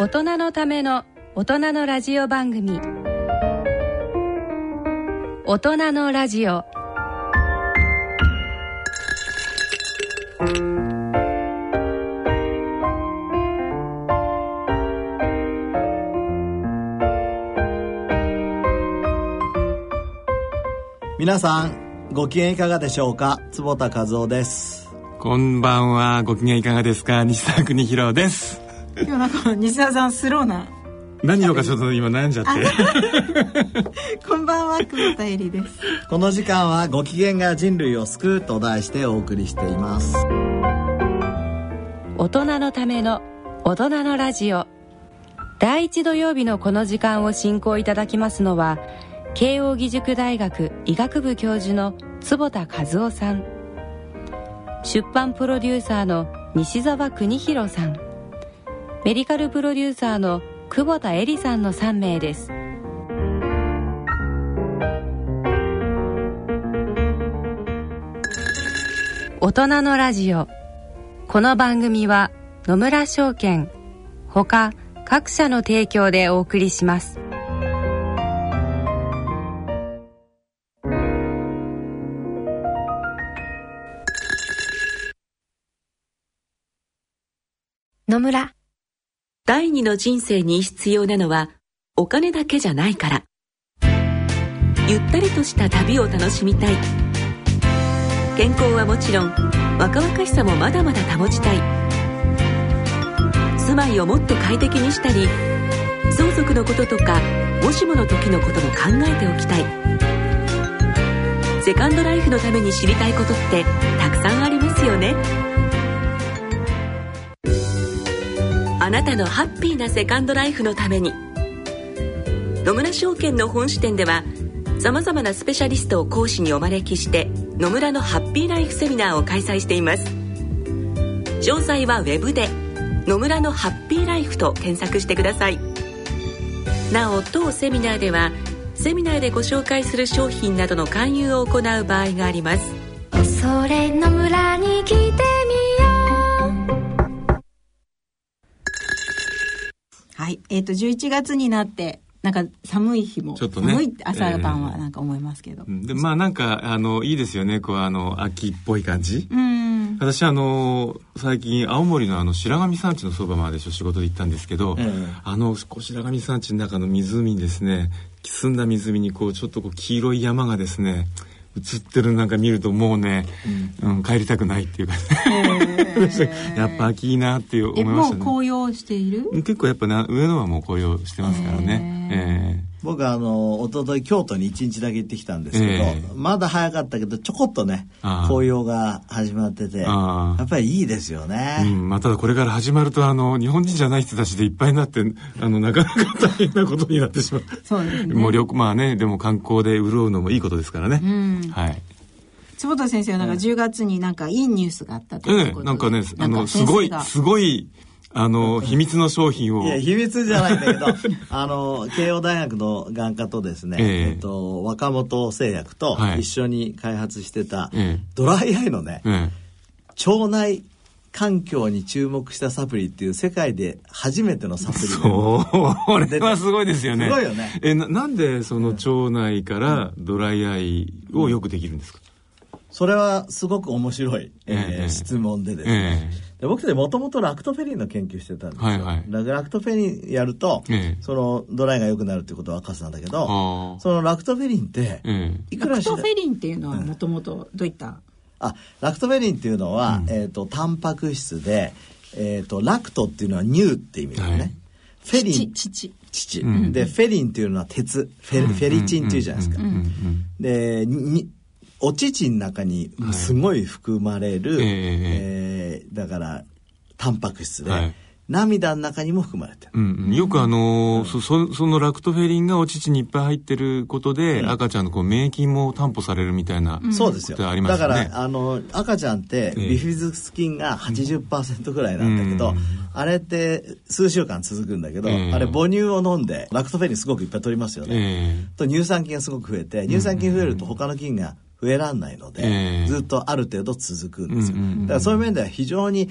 大人のための大人のラジオ番組、大人のラジオ。 皆さんご機嫌いかがでしょうか。坪田和夫です。 こんばんは。ご機嫌いかがですか。西澤邦弘です。 今日なんか西澤さんスローな何をかちょっと今悩んじゃってこんばんは、久保田恵里です。 この時間はご機嫌が人類を救うと題してお送りしています。 大人のための大人のラジオ。第1土曜日のこの時間を進行いただきますのは、慶應義塾大学医学部教授の坪田和夫さん、出版プロデューサーの西澤邦弘さん、メディカルプロデューサーの久保田恵里さんの3名です。大人のラジオ。この番組は野村証券ほか各社の提供でお送りします。 野村。第二の人生に必要なのはお金だけじゃないから。ゆったりとした旅を楽しみたい。健康はもちろん若々しさもまだまだ保ちたい。住まいをもっと快適にしたり、相続のこととかもしもの時のことも考えておきたい。セカンドライフのために知りたいことってたくさんありますよね。あなたのハッピーなセカンドライフのために、野村証券の本支店ではさまざまなスペシャリストを講師にお招きして野村のハッピーライフセミナーを開催しています。詳細はウェブで野村のハッピーライフと検索してください。なお、当セミナーではセミナーでご紹介する商品などの勧誘を行う場合があります。 それの村に来てみよう。 はい、11月になってなんか寒い日も、ちょっとね、寒い朝晩はなんか思いますけど、 でまあなんかいいですよね。こう秋っぽい感じ。私最近青森の白神山地のそばまで仕事で行ったんですけど、白神山地の中の湖にですね、澄んだ湖にこうちょっとこう黄色い山がですね映ってるなんか見るともうね、帰りたくないっていうか、やっぱ秋いいなって思いましたね。 もう紅葉している？ 結構やっぱ上野はもう紅葉してますからね。 僕は一昨日京都に1日だけ行ってきたんですけど、まだ早かったけどちょこっとね紅葉が始まってて、やっぱりいいですよね。 まあ、ただこれから始まると日本人じゃない人たちでいっぱいになってなかなか大変なことになってしまう。 そうですね。 もうまあね、でも観光で潤うのもいいことですからね。はい。 坪田先生はなんか10月になんかいいニュースがあったということで、 なんかねすごい秘密の商品を。 いや、秘密じゃないんだけど慶応大学の眼科とですね、若本製薬と一緒に開発してたドライアイのね、腸内環境に注目したサプリっていう世界で初めてのサプリ。 これはすごいですよね。 すごいよね。 なんでその腸内からドライアイをよくできるんですか？ それはすごく面白い、質問でですね、で僕ってもともとラクトフェリンの研究してたんですよ。ラクトフェリンやると、そのドライが良くなるっていうことは分かってたんだけど、そのラクトフェリンって、いくらラクトフェリンっていうのはもともとどういった、 ラクトフェリンっていうのは、タンパク質で、ラクトっていうのは乳って意味だよね。フェリン父、 でフェリンっていうのは鉄、フェリチンっていうじゃないですか。でお乳の中にすごい含まれる、だからタンパク質で、涙の中にも含まれてる。 よくそのラクトフェリンがお乳にいっぱい入ってることで、赤ちゃんのこう免疫も担保されるみたいなそうですよ。 ありますよね。 だから赤ちゃんってビフィズス菌が 80% ぐらいなんだけど、あれって数週間続くんだけど、あれ母乳を飲んでラクトフェリンすごくいっぱい取りますよね。と乳酸菌がすごく増えて、乳酸菌増えると他の菌が増えらんないので、ずっとある程度続くんですよ。だからそういう面では非常に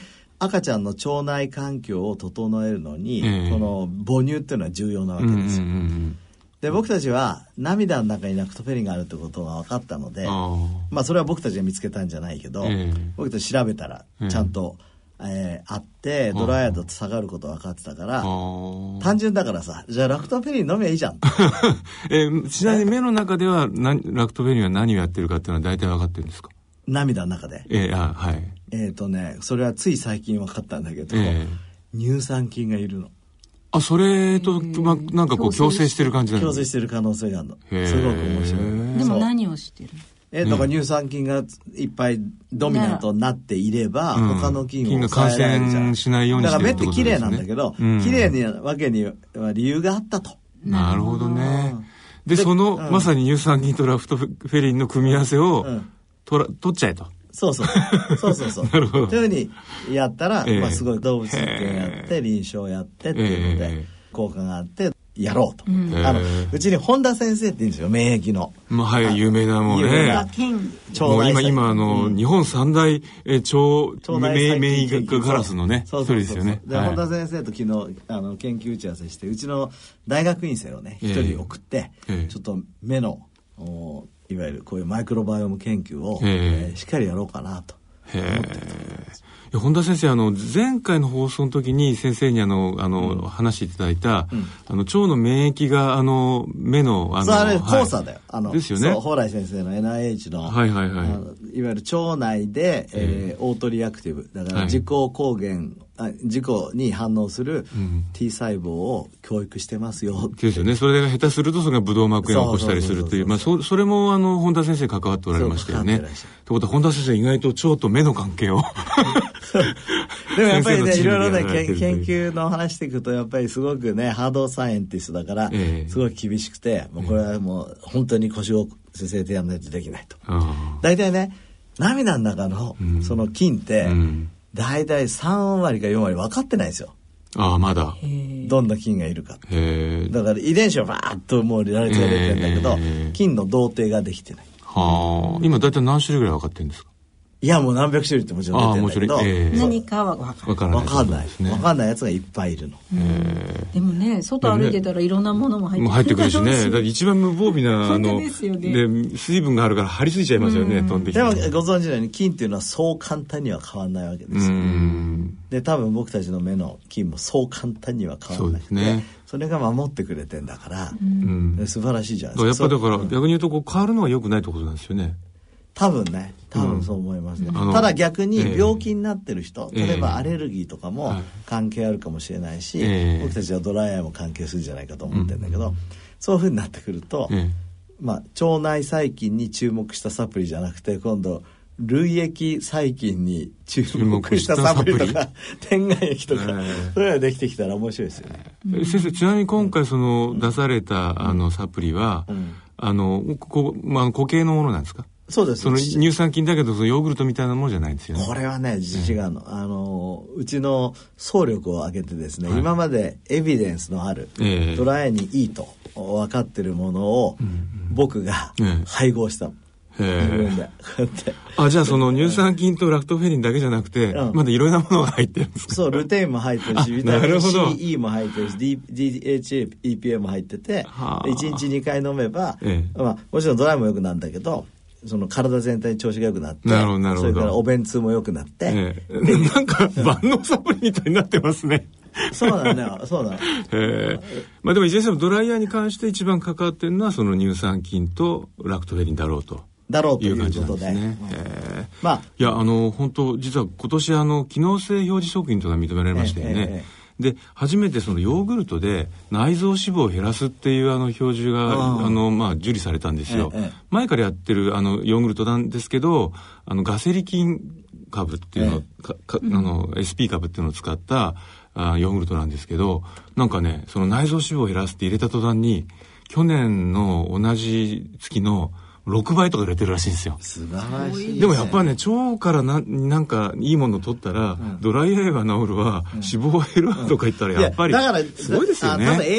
赤ちゃんの腸内環境を整えるのに、この母乳っていうのは重要なわけですよ。で僕たちは涙の中にラクトフェリンがあるってことが分かったので、まあそれは僕たちが見つけたんじゃないけど、僕たち調べたらちゃんと、あってドライアイだと下がることが分かってたから、単純だからさ、じゃあラクトフェリン飲めばいいじゃんちなみに目の中ではラクトフェリンは何をやってるかっていうのは大体分かってるんですか？ 涙の中ではい。 それはつい最近分かったんだけど、乳酸菌がいるの。 それと、なんかこう共生してる感じなんですか？ 共生してる可能性があるの。すごく面白い。 でも何をしてる？ だから乳酸菌がいっぱいドミナントになっていれば、他の菌を抑えられるじゃん。 感染しないようにしてるってことですね。 だから目って綺麗なんだけど、綺麗なわけには理由があったと。 なるほどね。で、まさに乳酸菌とラクトフェリンの組み合わせを取っちゃえと。 そう。 なるほど。 というふうにやったら、すごい動物実験やって、臨床やってっていうので、効果があって、やろうと。うちに本田先生って言うんですよ、免疫の。 有名なもんね。もう今日本三大腸免疫ガラスのね、一人ですよね。 で、本田先生と昨日研究打ち合わせして、うちの大学院生をね、一人送って、ちょっと目のいわゆるこういうマイクロバイオーム研究を、しっかりやろうかなと思ってるところです。 本田先生、前回の放送の時に先生に話していただいた、腸の免疫が目のあれ交差だよ。 ですよね。 蓬莱先生の NIH の、いわゆる腸内で、オートリアクティブだから自己抗原自己に反応する T 細胞を教育してますよですよね。それが下手するとそれがブドウ膜炎を起こしたりするという、それも本田先生関わっておられましたよね。ということは本田先生意外と腸と目の関係をでもやっぱりね、いろいろね研究の話していくとやっぱりすごくねハードサイエンティストだから、すごい厳しくて、もうこれはもう本当に腰を据えてやらないとできないと。大体ね、涙の中のその菌って、大体3割か4割分かってないんですよ。 まだどんな菌がいるか。だから遺伝子はバーッともう羅列が出てるんだけど、菌の同定ができてない。 今大体何種類ぐらい分かってるんですか？ いやもう何百種類ってもちろん出てるんだけど、 何かは分からない。 分かんないやつがいっぱいいるの。 でもね、外歩いてたらいろんなものも入ってくるしね。だって一番無防備なで水分があるから張り付いちゃいますよね、飛んできて。 でもご存知のように菌っていうのはそう簡単には変わらないわけですよ。で多分僕たちの目の菌もそう簡単には変わらなくて、それが守ってくれてんだから、素晴らしいじゃないですか。 やっぱだから逆に言うと変わるのは良くないってことなんですよね。 多分そう思いますね。ただ逆に病気になってる人、例えばアレルギーとかも関係あるかもしれないし、僕たちはドライアイも関係するんじゃないかと思ってるんだけど、そういうふうになってくると、腸内細菌に注目したサプリじゃなくて、今度涙液細菌に注目したサプリとか点眼液とか、それができてきたら面白いですよね。 先生、ちなみに今回出されたサプリは固形のものなんですか？ そうです。 その乳酸菌だけどヨーグルトみたいなものじゃないんですよね。 これはね、違うの。うちの総力を挙げてですね、今までエビデンスのある、ドライアイにいいと分かってるものを僕が配合したの。自分でこうやって。 じゃあその乳酸菌とラクトフェリンだけじじゃなくて、まだいろいろなものが入ってるんですか？ そう、ルテインも入ってるし、ビタミン C、E も入ってるし、DHA、EPA も入ってて、1日2回飲めば、もちろんドライも良くなるんだけど、その体全体に調子が良くなって、それからお便通も良くなって、 なんか万能サプリみたいになってますね。 そうなんだよ、そうだ。 でもいずれにしてもドライヤーに関して一番関わってるのはその乳酸菌とラクトフェリンだろうという感じなんですね。いや本当実は今年機能性表示食品というのが認められましたよね。で初めてそのヨーグルトで内臓脂肪を減らすっていう表示が受理されたんですよ。前からやってるヨーグルトなんですけどガセリ菌株っていうの、SP 株っていうのを使ったヨーグルトなんですけど、なんかねその内臓脂肪を減らすって入れた途端に去年の同じ月の6倍とか売れてるらしいんですよ。 素晴らしい。 でもやっぱりね、腸からなんかいいものを取ったら、ドライアイは治るわ、脂肪は減るわとか言ったらやっぱりだからすごいですよね。 多分エイジング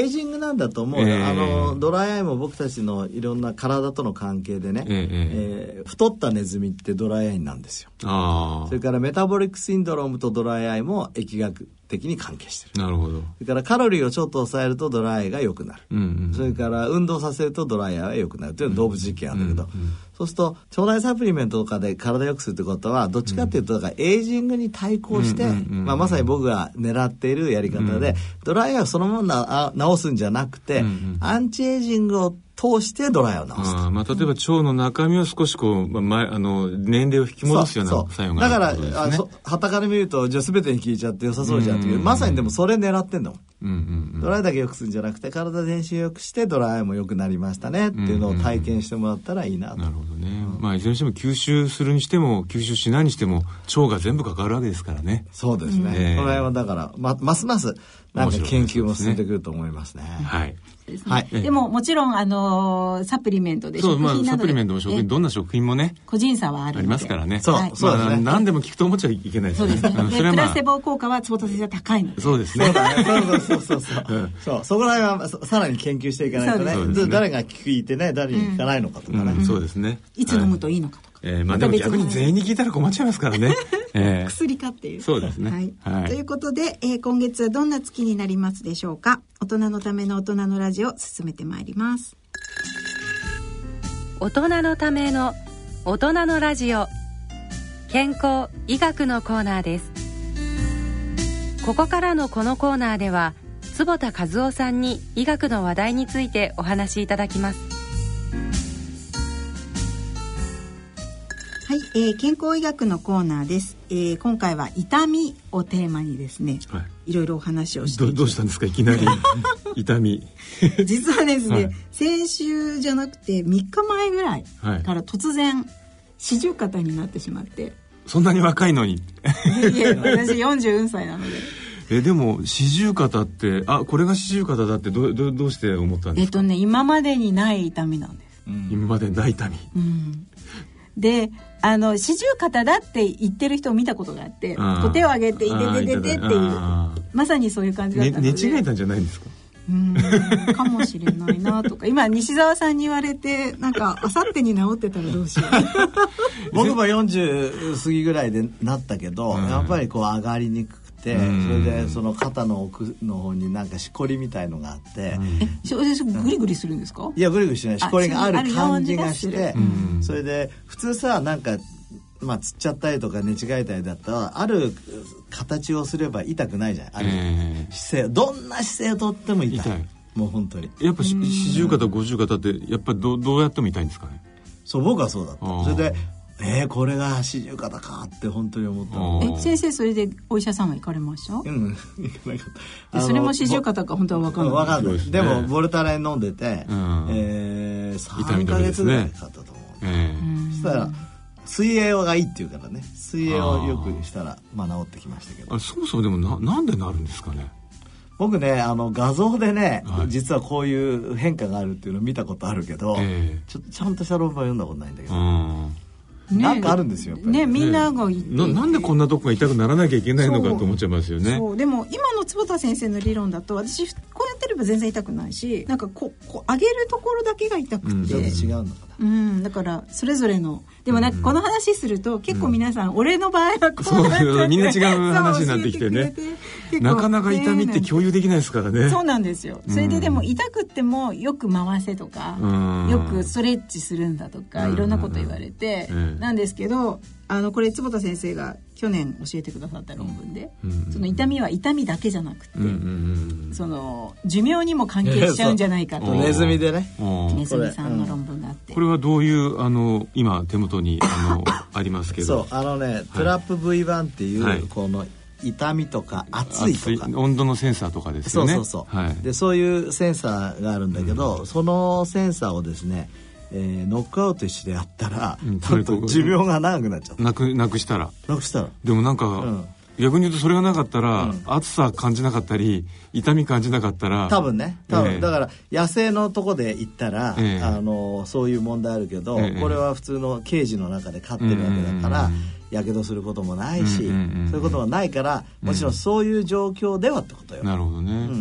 なんだと思うよ。ドライアイも僕たちのいろんな体との関係でね、太ったネズミってドライアイなんですよ。それからメタボリックシンドロームとドライアイも疫学的に関係してる。 なるほど。 それからカロリーをちょっと抑えるとドライアイが良くなる、それから運動させるとドライアイは良くなるというのは動物実験なんだけど、そうすると腸内サプリメントとかで体を良くするってことはどっちかっていうとだからエイジングに対抗して、まさに僕が狙っているやり方で、ドライアイをそのまま治すんじゃなくて、アンチエイジングを通してドライアイを治すと。 例えば腸の中身を少しこう、年齢を引き戻すような作用があるということですね。 だから傍から見るとじゃあ全てに効いちゃって良さそうじゃんっていう、まさにでもそれ狙ってんだもん。ドライだけ良くするんじゃなくて体全身を良くしてドライも良くなりましたねっていうのを体験してもらったらいいなと。 なるほどね。いずれにしても吸収するにしても吸収しないにしても腸が全部関わるわけですからね。 そうですね、この辺はだからますますなんか研究も進んでくると思いますね。 はい、でももちろんサプリメントで食品などで、 サプリメントも食品どんな食品もね個人差はあるのでありますからね。 そうですね。 何でも効くと思っちゃいけないですね。 そうですね。でプラセボ効果は坪田先生は高いので。 そうですね。 そこら辺はさらに研究していかないとね。誰が効いてね誰に効かないのかとかね。 そうですね。 いつ飲むといいのかとか。 でも逆に全員に聞いたら困っちゃいますからね。 薬かっていう。 そうですね。 ということで、今月はどんな月になりますでしょうか。大人のための大人のラジオ進めてまいります。 大人のための大人のラジオ、健康医学のコーナーです。ここからのこのコーナーでは坪田和夫さんに医学の話題についてお話しいただきます。 はい、健康医学のコーナーです。今回は痛みをテーマにですね、いろいろお話をしてどうしたんですかいきなり痛み実はですね、先週じゃなくて3日前ぐらいから突然四十肩になってしまって、 そんなに若いのにいや私44歳なのででも四十肩ってこれが四十肩だってどうして思ったんですか。 今までにない痛みなんです、 今までにない痛み、 で四十肩だって言ってる人を見たことがあって、手を挙げて「いてててて」っていうまさにそういう感じだったので、 寝違えたんじゃないんですか。 かもしれないなとか今西澤さんに言われてなんかあさってに治ってたらどうしよう僕も40過ぎぐらいでなったけど、やっぱりこう上がりにくくて、それでその肩の奥の方になんかしこりみたいのがあって、 それでグリグリするんですか。 いやグリグリしない、しこりがある感じがして、それで普通さなんかつっちゃったりとか寝違えたりだったらある形をすれば痛くないじゃん。ある姿勢、どんな姿勢をとっても痛い。もう本当にやっぱ四十肩五十肩ってやっぱりどうやっても痛いんですかね。 そう僕はそうだった。それでこれが四十肩かって本当に思ったの。 先生それでお医者さんは行かれました。 行かなかった。 それも四十肩か本当は分かんない。 分かんない。でもボルタレン飲んでて、3ヶ月ぐらいかかったと思う。そしたら水泳がいいっていうからね、水泳をよくしたら治ってきましたけど。 そもそもでもなんでなるんですかね。 僕ね画像でね、実はこういう変化があるっていうのを見たことあるけど、ちゃんとした論文は読んだことないんだけど、なんかあるんですよね。みんながなんでこんなとこが痛くならなきゃいけないのかと思っちゃいますよね。 でも今の坪田先生の理論だと私こうやってれば全然痛くないし、なんかこう上げるところだけが痛くて、 違うのかな。 だからそれぞれのでもこの話すると結構皆さん、俺の場合はこうなってて、みんな違う話になってきてね。なかなか痛みって共有できないですからね。 そうなんですよ。それででも痛くってもよく回せとか、よくストレッチするんだとか、いろんなこと言われてなんですけど、これ坪田先生が去年教えてくださった論文で、その痛みは痛みだけじゃなくて、その寿命にも関係しちゃうんじゃないかというネズミでね、 ネズミさんの論文があって、 これはどういう今手元にありますけど、 そうトラップ V1 っていうこの痛みとか熱いとか温度のセンサーとかですよね。 でそういうセンサーがあるんだけど、そのセンサーをですねノックアウトしてやったら、寿命が長くなっちゃった。 なくしたらでもなんか、逆に言うとそれがなかったら、暑さ感じなかったり痛み感じなかったら多分だから野生のとこで行ったら、そういう問題あるけど、これは普通のケージの中で飼ってるわけだからやけどすることもないし、そういうことがないから、もちろんそういう状況ではってことよ。 なるほどね。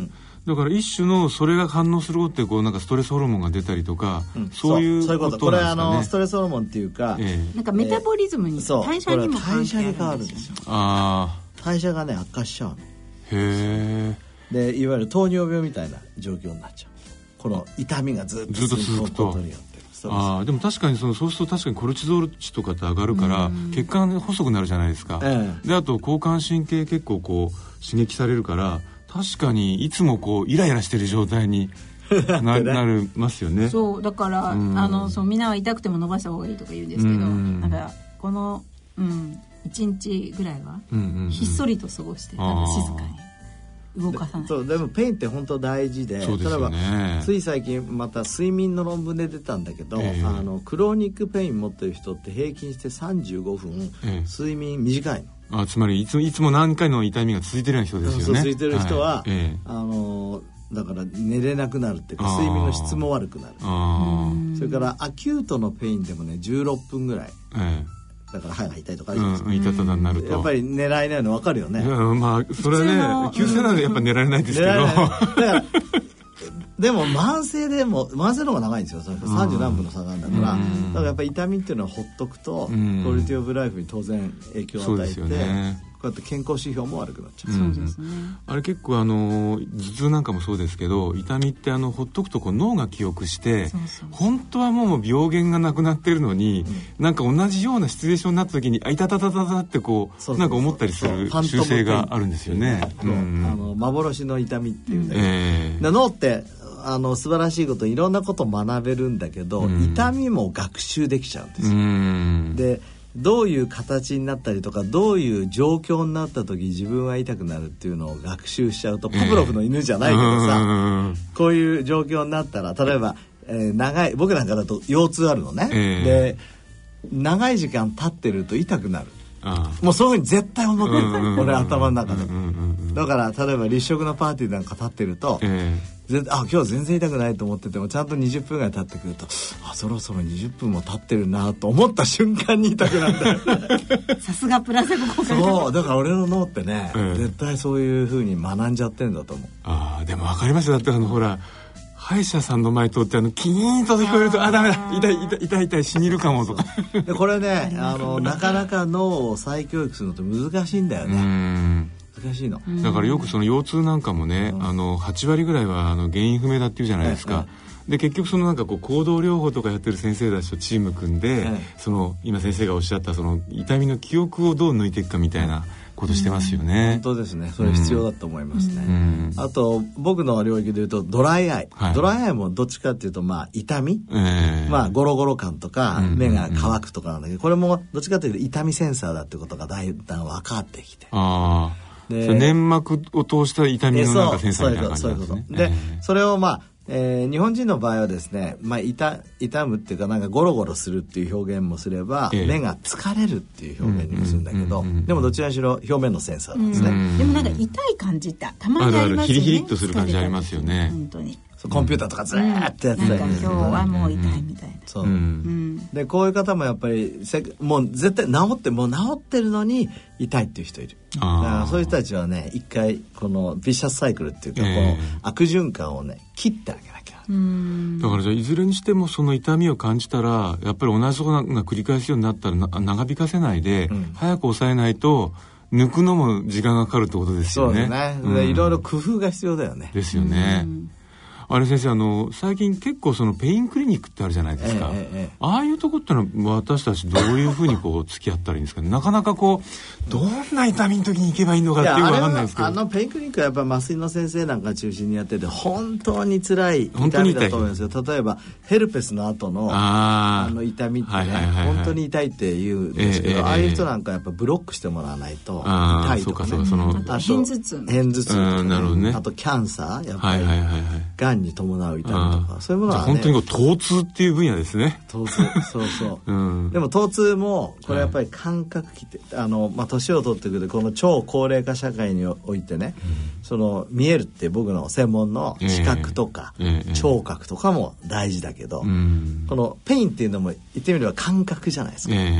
だから一種のそれが反応することでこうなんかストレスホルモンが出たりとか、そういうことなんですかね。 これストレスホルモンっていうか、 なんかメタボリズムに、代謝にも関係あるんですよ。代謝に変わるんですよ。代謝がね悪化しちゃうの。 へえ。でいわゆる糖尿病みたいな状況になっちゃう。この痛みがずっと続くことによって。 でも確かにそうすると確かにコルチゾール値とかって上がるから、血管が細くなるじゃないですか。であと交感神経結構こう刺激されるから、確かにいつもこうイライラしてる状態になりますよね。 そうだから、みんなは痛くても伸ばした方がいいとか言うんですけど、なんかこの、1日ぐらいはひっそりと過ごして、静かに動かさない。 そうでもペインって本当大事で、 そうですよね。 例えばつい最近また睡眠の論文で出たんだけど、クローニックペイン持ってる人って平均して35分、睡眠短いの。 つまりいつも何回の痛みが続いてるような人ですよね。 続いてる人は、だから寝れなくなるっていうか、睡眠の質も悪くなる。それからアキュートのペインでもね16分ぐらい、だから歯が痛いとかあるじゃないですか。 痛たたになるとやっぱり狙えないの分かるよね。 それはね急性なんでやっぱ寝られないですけどだからでも慢性の方が長いんですよ。30何分の差があるんだから、だからやっぱり痛みっていうのはほっとくと、クオリティオブライフに当然影響を与えて、こうやって健康指標も悪くなっちゃう。 そうですね。 あれ結構頭痛なんかもそうですけど、痛みってほっとくとこう脳が記憶して、本当はもう病原がなくなってるのに、なんか同じようなシチュエーションになった時にいたたたたたってこうなんか思ったりする習性があるんですよね。 幻の痛みっていうんだけど、脳って素晴らしいこといろんなことを学べるんだけど、痛みも学習できちゃうんですよ。でどういう形になったりとか、どういう状況になった時自分は痛くなるっていうのを学習しちゃうと、パブロフの犬じゃないけどさ、こういう状況になったら、例えば、僕なんかだと腰痛あるのね、で長い時間経ってると痛くなる。もうそういうふうに絶対思ってる俺頭の中で。だから例えば立食のパーティーなんか立ってると、今日全然痛くないと思ってても、ちゃんと20分ぐらい経ってくると、そろそろ20分も経ってるなと思った瞬間に痛くなったさすがプラセボ効果。 そうだから俺の脳ってね、絶対そういうふうに学んじゃってるんだと思う。 でも分かりますよ。だってほら歯医者さんの前通ってキーンと聞こえると、ダメだ、痛い死にるかもとかでこれねなかなか脳を再教育するのって難しいんだよね。難しいの。 だからよくその腰痛なんかもね、8割ぐらいは原因不明だっていうじゃないですか。で結局なんかこう行動療法とかやってる先生たちとチーム組んで、今先生がおっしゃった痛みの記憶をどう抜いていくかみたいなことしてますよね。 本当ですね。それ必要だと思いますね。あと僕の領域でいうとドライアイ、ドライアイもどっちかっていうと痛み、ゴロゴロ感とか目が乾くとかなんだけど、これもどっちかというと痛みセンサーだってことがだんだん分かってきて、 粘膜を通した痛みのなんかセンサーみたいな感じなんですね。 でそれを日本人の場合はですね、痛むっていうかなんかゴロゴロするっていう表現もすれば、目が疲れるっていう表現にもするんだけど、でもどちらにしろ表面のセンサーなんですね。 でもなんか痛い感じってたまにありますよね。 ヒリヒリっとする感じありますよね。 本当に。 コンピューターとかずーっとやってたり、 今日はもう痛いみたいな。 そう。でこういう方もやっぱりもう絶対治ってるのに痛いっていう人いる。だからそういう人たちはね、一回このビシャスサイクルっていうか、この悪循環をね切ってあげなきゃ。 だからじゃあいずれにしてもその痛みを感じたら、やっぱり同じことが繰り返すようになったら長引かせないで、早く抑えないと抜くのも時間がかかるってことですよね。 そうですね。いろいろ工夫が必要だよね。 ですよね。あれ先生、最近結構ペインクリニックってあるじゃないですか。ああいうとこってのは私たちどういうふうに付き合ったらいいんですかね。なかなかどんな痛みの時に行けばいいのかっていうのが分かんないですけど。 ペインクリニックはやっぱ麻酔の先生なんか中心にやってて本当に辛い痛みだと思いますよ。例えばヘルペスの後の痛みってね、本当に痛いって言うんですけど、ああいう人なんかやっぱブロックしてもらわないと痛いとかね。 あと片頭痛とか、 あとキャンサー、やっぱりがんに伴う痛みとか、そういうものはね、 本当に疼痛っていう分野ですね。 疼痛、そうでも疼痛もこれやっぱり感覚器って年を取ってくるとこの超高齢化社会においてね、見えるって僕の専門の視覚とか聴覚とかも大事だけど、このペインっていうのも言ってみれば感覚じゃないですか。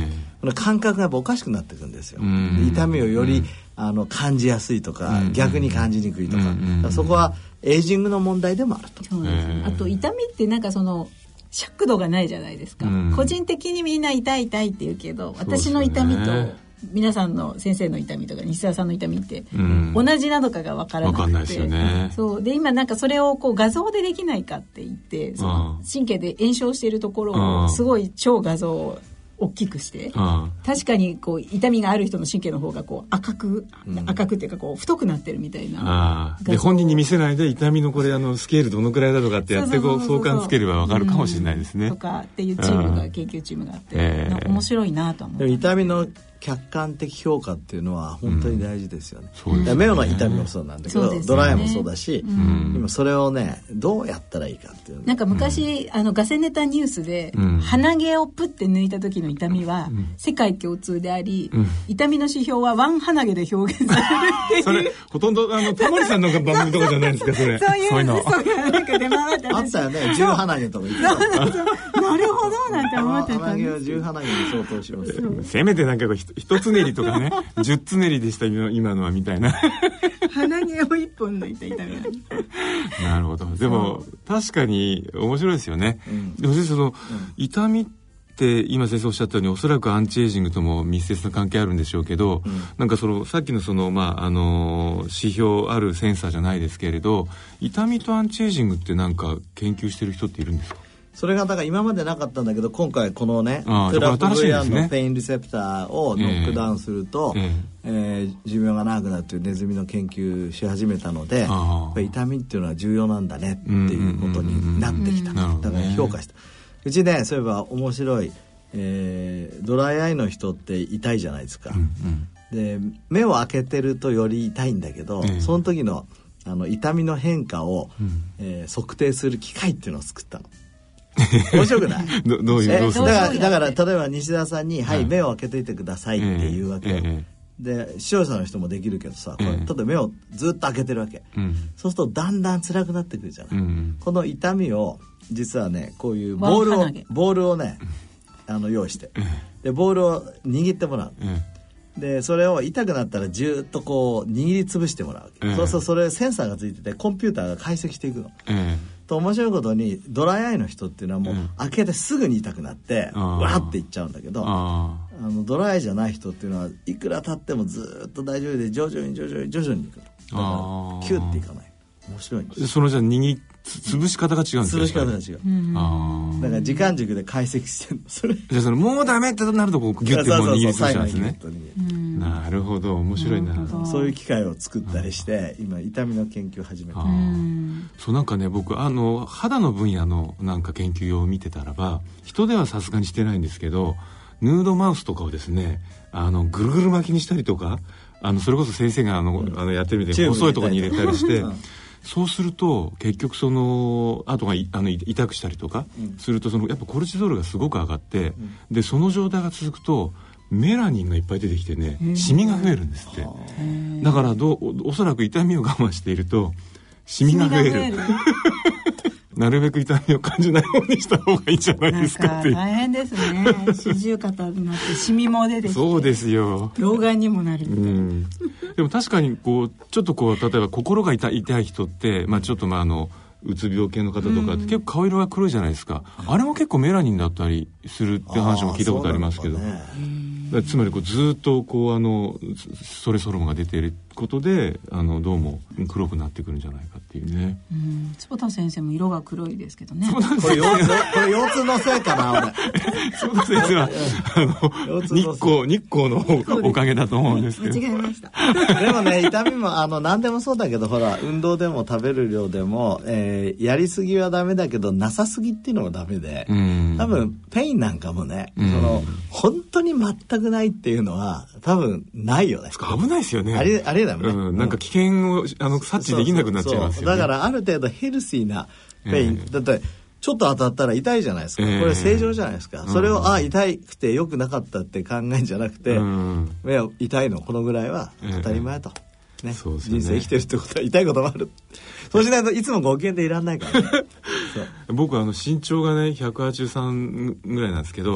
この感覚がやっぱおかしくなっていくんですよ。痛みをより感じやすいとか、逆に感じにくいとか、そこはエイジングの問題でもあると。 そうですね。あと痛みってなんかその尺度がないじゃないですか。個人的にみんな痛い痛いって言うけど、私の痛みと皆さんの先生の痛みとか西澤さんの痛みって同じなのかが分からなくて、 分かんないですよね。 そうで今なんかそれをこう画像でできないかって言って、その神経で炎症しているところをすごい超画像を大きくして、確かにこう痛みがある人の神経の方がこう赤くっていうかこう太くなってるみたいな。 で本人に見せないで痛みのこれスケールどのくらいだとかってやってこう相関つければ分かるかもしれないですね。 とかっていうチームが研究チームがあって、面白いなと思って。 痛みの客観的評価っていうのは本当に大事ですよね。目の痛みもそうなんだけど、ドライアイもそうだし、今それをねどうやったらいいかっていう。 なんか昔ガセネタニュースで、鼻毛をプッて抜いた時の痛みは世界共通であり、痛みの指標はワン鼻毛で表現されるっていう。 それほとんどタモリさんの番組とかじゃないですかそれ。 そういうのなんか出回ってあったよね。10鼻毛とか言ってた。 なるほどなんて思ってた。 鼻毛は10鼻毛に相当します。 せめてなんか一つ練りとかね10つ練りでした今のはみたいな。 鼻毛を一本抜いた痛みなるほど。でも確かに面白いですよね。でもその痛みって今先生おっしゃったようにおそらくアンチエイジングとも密接な関係あるんでしょうけど、なんかさっきの指標あるセンサーじゃないですけれど、痛みとアンチエイジングってなんか研究してる人っているんですか？ それがだから今までなかったんだけど、今回このねトラップ VR のペインリセプターをノックダウンすると、寿命が長くなるというネズミの研究し始めたので、やっぱり痛みっていうのは重要なんだねっていうことになってきた。だから評価した。うちねそういえば面白い、ドライアイの人って痛いじゃないですか。で目を開けてるとより痛いんだけど、その時の痛みの変化を、測定する機械っていうのを作ったの。面白くない？ どういうだから例えば西田さんに、はい、目を開けといてくださいっていうわけよ。で視聴者の人もできるけどさ、例えば目をずっと開けてるわけ、そうするとだんだん辛くなってくるじゃない、この痛みを実はねこういうボールをね用意して、でボールを握ってもらう、でそれを痛くなったらじゅっとこう握りつぶしてもらうわけ、そうするとそれセンサーがついててコンピューターが解析していくの、と面白いことにドライアイの人っていうのはもう開けてすぐに痛くなってわーっていっちゃうんだけど、ドライアイじゃない人っていうのはいくら経ってもずっと大丈夫で徐々にいくの。だからキュッていかない。面白いんです。 そのじゃあ潰し方が違うんですか？ 潰し方が違う。だから時間軸で解析してるの。それじゃあそのもうダメってなるとこうギュッてもう握りつぶしちゃうんですね。なるほど、面白いな。 そういう機械を作ったりして今痛みの研究を始めた。 そうなんかね僕肌の分野のなんか研究を見てたらば、人ではさすがにしてないんですけど、ヌードマウスとかをですねぐるぐる巻きにしたりとか、それこそ先生がやってるみたいに細いところに入れたりしてそうすると結局その後が痛くしたりとかすると、やっぱコルチゾールがすごく上がって、でその状態が続くとメラニンがいっぱい出てきてね、シミが増えるんですって。だからおそらく痛みを我慢しているとシミが増えるなるべく痛みを感じないようにした方がいいんじゃないですかっていう。 大変ですね。四十肩になってシミも出てきて、 そうですよ、 老眼にもなるみたいな、 でも確かにこうちょっとこう例えば心が痛い人って、ちょっとうつ病系の方とかって結構顔色が黒いじゃないですか、あれも結構メラニンだったりするって話も聞いたことありますけど、つまりずっとこうストレスホルモンが出ていることでどうも黒くなってくるんじゃないかっていうね。 坪田先生も色が黒いですけどね。 これ腰痛のせいかな俺。 坪田先生は日光のおかげだと思うんですけど。 間違えました。 でもね痛みも何でもそうだけど、ほら運動でも食べる量でも、やりすぎはダメだけどなさすぎっていうのもダメで、多分ペインなんかもね、本当に全くないっていうのは多分ないよね。 危ないですよね。 あれだもんね、 なんか危険を察知できなくなっちゃいますよね。 だからある程度ヘルシーなペイン、だってちょっと当たったら痛いじゃないですか、これ正常じゃないですか、それを痛くて良くなかったって考えんじゃなくて、痛いのこのぐらいは当たり前と、人生生きてるってことは痛いこともある。そうしないといつもご機嫌でいらんないからね。 僕身長がね183ぐらいなんですけど、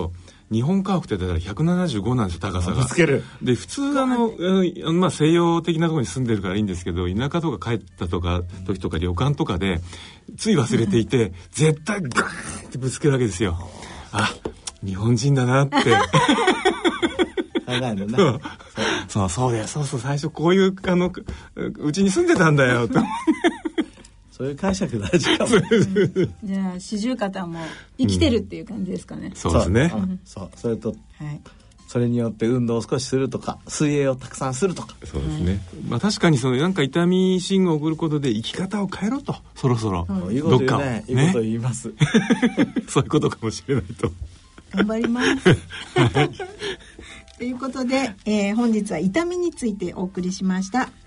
日本家屋ってだから175なんですよ、高さが。 ぶつける。 で普通西洋的なところに住んでるからいいんですけど、田舎とか帰ったとか時とか旅館とかでつい忘れていて、絶対ガーンってぶつけるわけですよ。あ、日本人だなって考えるね。 そうだよ、そう最初こういううちに住んでたんだよとそういう解釈大事かも。 じゃあ四十肩も生きてるっていう感じですかね。 そうですね。 それと、それによって運動を少しするとか、水泳をたくさんするとか。 そうですね。確かになんか痛み信号を送ることで生き方を変えろと、そろそろいいこと言うね。いいこと言います。 そういうことかもしれないと。 頑張ります。ということで、本日は痛みについてお送りしました。